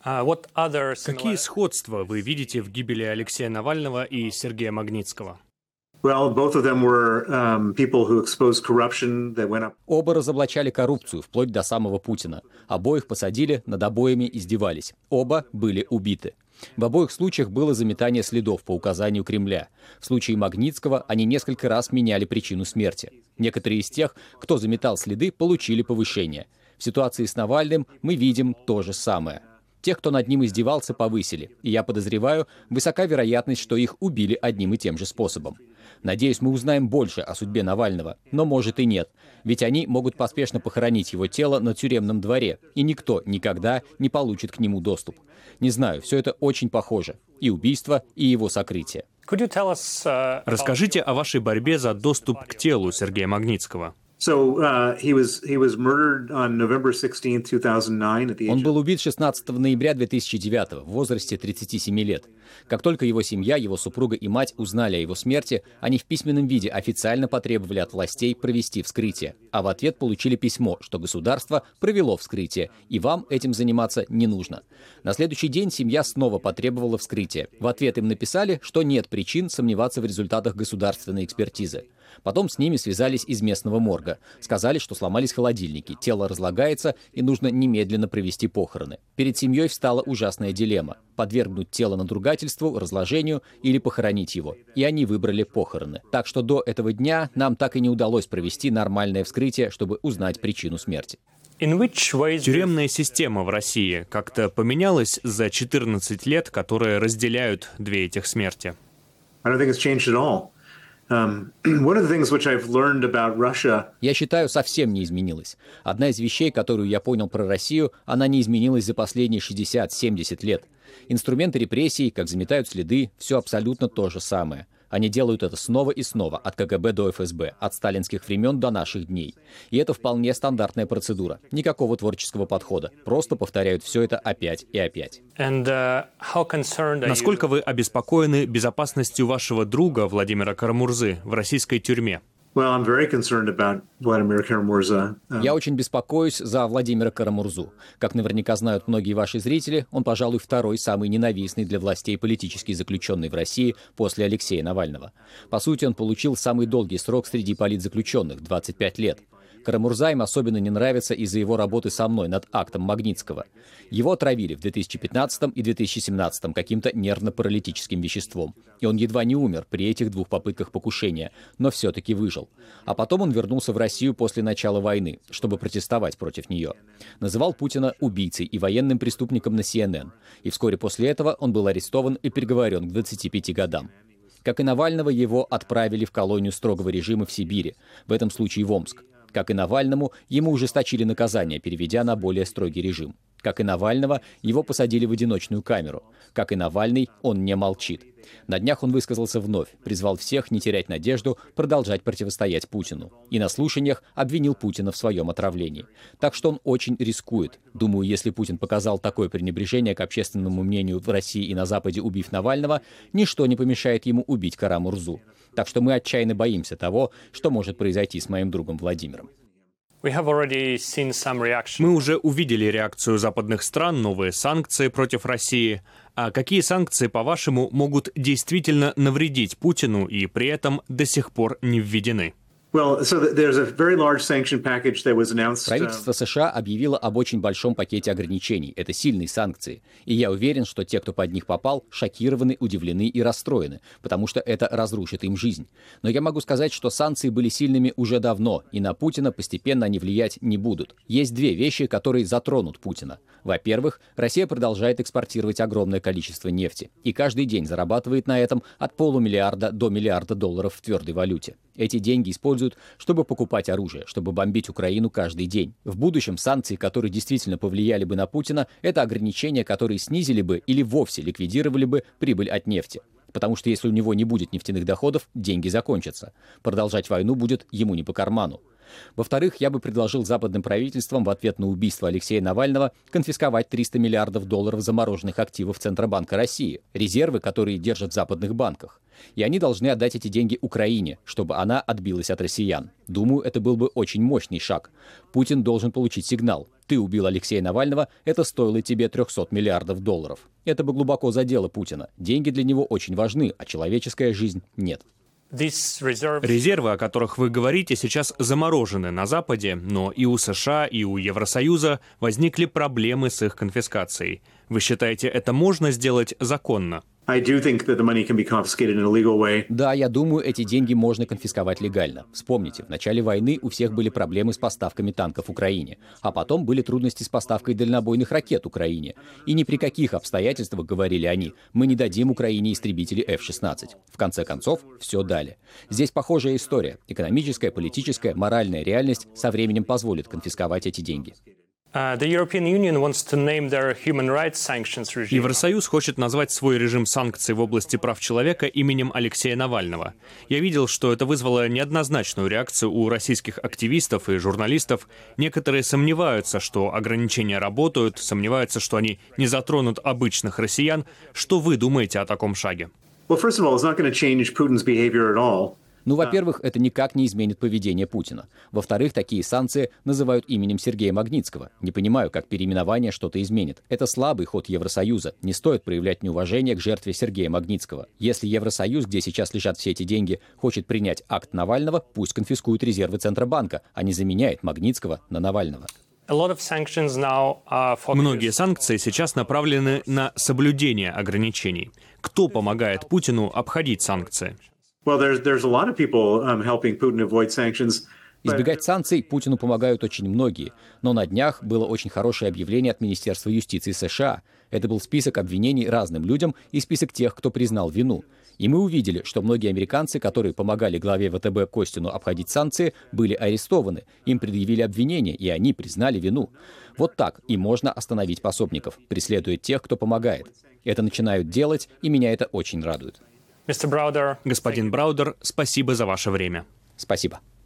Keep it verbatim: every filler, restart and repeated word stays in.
Какие сходства вы видите в гибели Алексея Навального и Сергея Магнитского? Оба разоблачали коррупцию, вплоть до самого Путина. Обоих посадили, над обоими издевались. Оба были убиты. В обоих случаях было заметание следов по указанию Кремля. В случае Магнитского они несколько раз меняли причину смерти. Некоторые из тех, кто заметал следы, получили повышение. В ситуации с Навальным мы видим то же самое. Тех, кто над ним издевался, повысили. И я подозреваю, высока вероятность, что их убили одним и тем же способом. Надеюсь, мы узнаем больше о судьбе Навального, но может и нет. Ведь они могут поспешно похоронить его тело на тюремном дворе, и никто никогда не получит к нему доступ. Не знаю, все это очень похоже. И убийство, и его сокрытие. Расскажите о вашей борьбе за доступ к телу Сергея Магнитского. Он был убит шестнадцатого ноября две тысячи девятого в возрасте тридцати семи лет. Как только его семья, его супруга и мать узнали о его смерти, они в письменном виде официально потребовали от властей провести вскрытие, а в ответ получили письмо, что государство провело вскрытие, и вам этим заниматься не нужно. На следующий день семья снова потребовала вскрытия. В ответ им написали, что нет причин сомневаться в результатах государственной экспертизы. Потом с ними связались из местного морга. Сказали, что сломались холодильники, тело разлагается и нужно немедленно провести похороны. Перед семьей встала ужасная дилемма – подвергнуть тело надругательству, разложению или похоронить его. И они выбрали похороны. Так что до этого дня нам так и не удалось провести нормальное вскрытие, чтобы узнать причину смерти. Тюремная система в России как-то поменялась за четырнадцать лет, которые разделяют две этих смерти? Я считаю, совсем не изменилась. Одна из вещей, которую я понял про Россию, она не изменилась за последние шестьдесят-семьдесят лет. Инструменты репрессий, как заметают следы, все абсолютно то же самое. Они делают это снова и снова, от ка гэ бэ до эф эс бэ, от сталинских времен до наших дней. И это вполне стандартная процедура. Никакого творческого подхода. Просто повторяют все это опять и опять. And, uh, Насколько вы обеспокоены безопасностью вашего друга Владимира Карамурзы в российской тюрьме? Я очень беспокоюсь за Владимира Карамурзу. Как наверняка знают многие ваши зрители, он, пожалуй, второй самый ненавистный для властей политический заключенный в России после Алексея Навального. По сути, он получил самый долгий срок среди политзаключенных – двадцать пять лет. Карамурза им особенно не нравится из-за его работы со мной над актом Магнитского. Его отравили в две тысячи пятнадцатом и две тысячи семнадцатом каким-то нервно-паралитическим веществом. И он едва не умер при этих двух попытках покушения, но все-таки выжил. А потом он вернулся в Россию после начала войны, чтобы протестовать против нее. Называл Путина убийцей и военным преступником на си эн эн. И вскоре после этого он был арестован и приговорен к двадцати пяти годам. Как и Навального, его отправили в колонию строгого режима в Сибири, в этом случае в Омск. Как и Навальному, ему ужесточили наказание, переведя на более строгий режим. Как и Навального, его посадили в одиночную камеру. Как и Навальный, он не молчит. На днях он высказался вновь, призвал всех не терять надежду продолжать противостоять Путину. И на слушаниях обвинил Путина в своем отравлении. Так что он очень рискует. Думаю, если Путин показал такое пренебрежение к общественному мнению в России и на Западе, убив Навального, ничто не помешает ему убить Карамурзу. Так что мы отчаянно боимся того, что может произойти с моим другом Владимиром. Мы уже увидели реакцию западных стран, новые санкции против России. А какие санкции, по-вашему, могут действительно навредить Путину и при этом до сих пор не введены? Правительство США объявило об очень большом пакете ограничений. Это сильные санкции. И я уверен, что те, кто под них попал, шокированы, удивлены и расстроены, потому что это разрушит им жизнь. Но я могу сказать, что санкции были сильными уже давно, и на Путина постепенно они влиять не будут. Есть две вещи, которые затронут Путина. Во-первых, Россия продолжает экспортировать огромное количество нефти. И каждый день зарабатывает на этом от полумиллиарда до миллиарда долларов в твердой валюте. Эти деньги используют, чтобы покупать оружие, чтобы бомбить Украину каждый день. В будущем санкции, которые действительно повлияли бы на Путина, это ограничения, которые снизили бы или вовсе ликвидировали бы прибыль от нефти. Потому что если у него не будет нефтяных доходов, деньги закончатся. Продолжать войну будет ему не по карману. Во-вторых, я бы предложил западным правительствам в ответ на убийство Алексея Навального конфисковать триста миллиардов долларов замороженных активов Центробанка России, резервы, которые держат в западных банках. И они должны отдать эти деньги Украине, чтобы она отбилась от россиян. Думаю, это был бы очень мощный шаг. Путин должен получить сигнал. Ты убил Алексея Навального, это стоило тебе трехсот миллиардов долларов. Это бы глубоко задело Путина. Деньги для него очень важны, а человеческая жизнь нет. Резервы, о которых вы говорите, сейчас заморожены на Западе, но и у США, и у Евросоюза возникли проблемы с их конфискацией. Вы считаете, это можно сделать законно? Да, я думаю, эти деньги можно конфисковать легально. Вспомните, в начале войны у всех были проблемы с поставками танков Украине, а потом были трудности с поставкой дальнобойных ракет Украине. И ни при каких обстоятельствах, говорили они, мы не дадим Украине истребители эф шестнадцать. В конце концов, все дали. Здесь похожая история. Экономическая, политическая, моральная реальность со временем позволит конфисковать эти деньги. Евросоюз хочет назвать свой режим санкций в области прав человека именем Алексея Навального. Я видел, что это вызвало неоднозначную реакцию у российских активистов и журналистов. Некоторые сомневаются, что ограничения работают, сомневаются, что они не затронут обычных россиян. Что вы думаете о таком шаге? Ну, во-первых, это никак не изменит поведение Путина. Во-вторых, такие санкции называют именем Сергея Магнитского. Не понимаю, как переименование что-то изменит. Это слабый ход Евросоюза. Не стоит проявлять неуважение к жертве Сергея Магнитского. Если Евросоюз, где сейчас лежат все эти деньги, хочет принять акт Навального, пусть конфискует резервы Центробанка, а не заменяет Магнитского на Навального. Многие санкции сейчас направлены на соблюдение ограничений. Кто помогает Путину обходить санкции? Избегать санкций Путину помогают очень многие, но на днях было очень хорошее объявление от Министерства юстиции США. Это был список обвинений разным людям и список тех, кто признал вину. И мы увидели, что многие американцы, которые помогали главе вэ тэ бэ Костину обходить санкции, были арестованы, им предъявили обвинения, и они признали вину. Вот так и можно остановить пособников, преследуя тех, кто помогает. Это начинают делать, и меня это очень радует. Господин Браудер, спасибо за ваше время. Спасибо.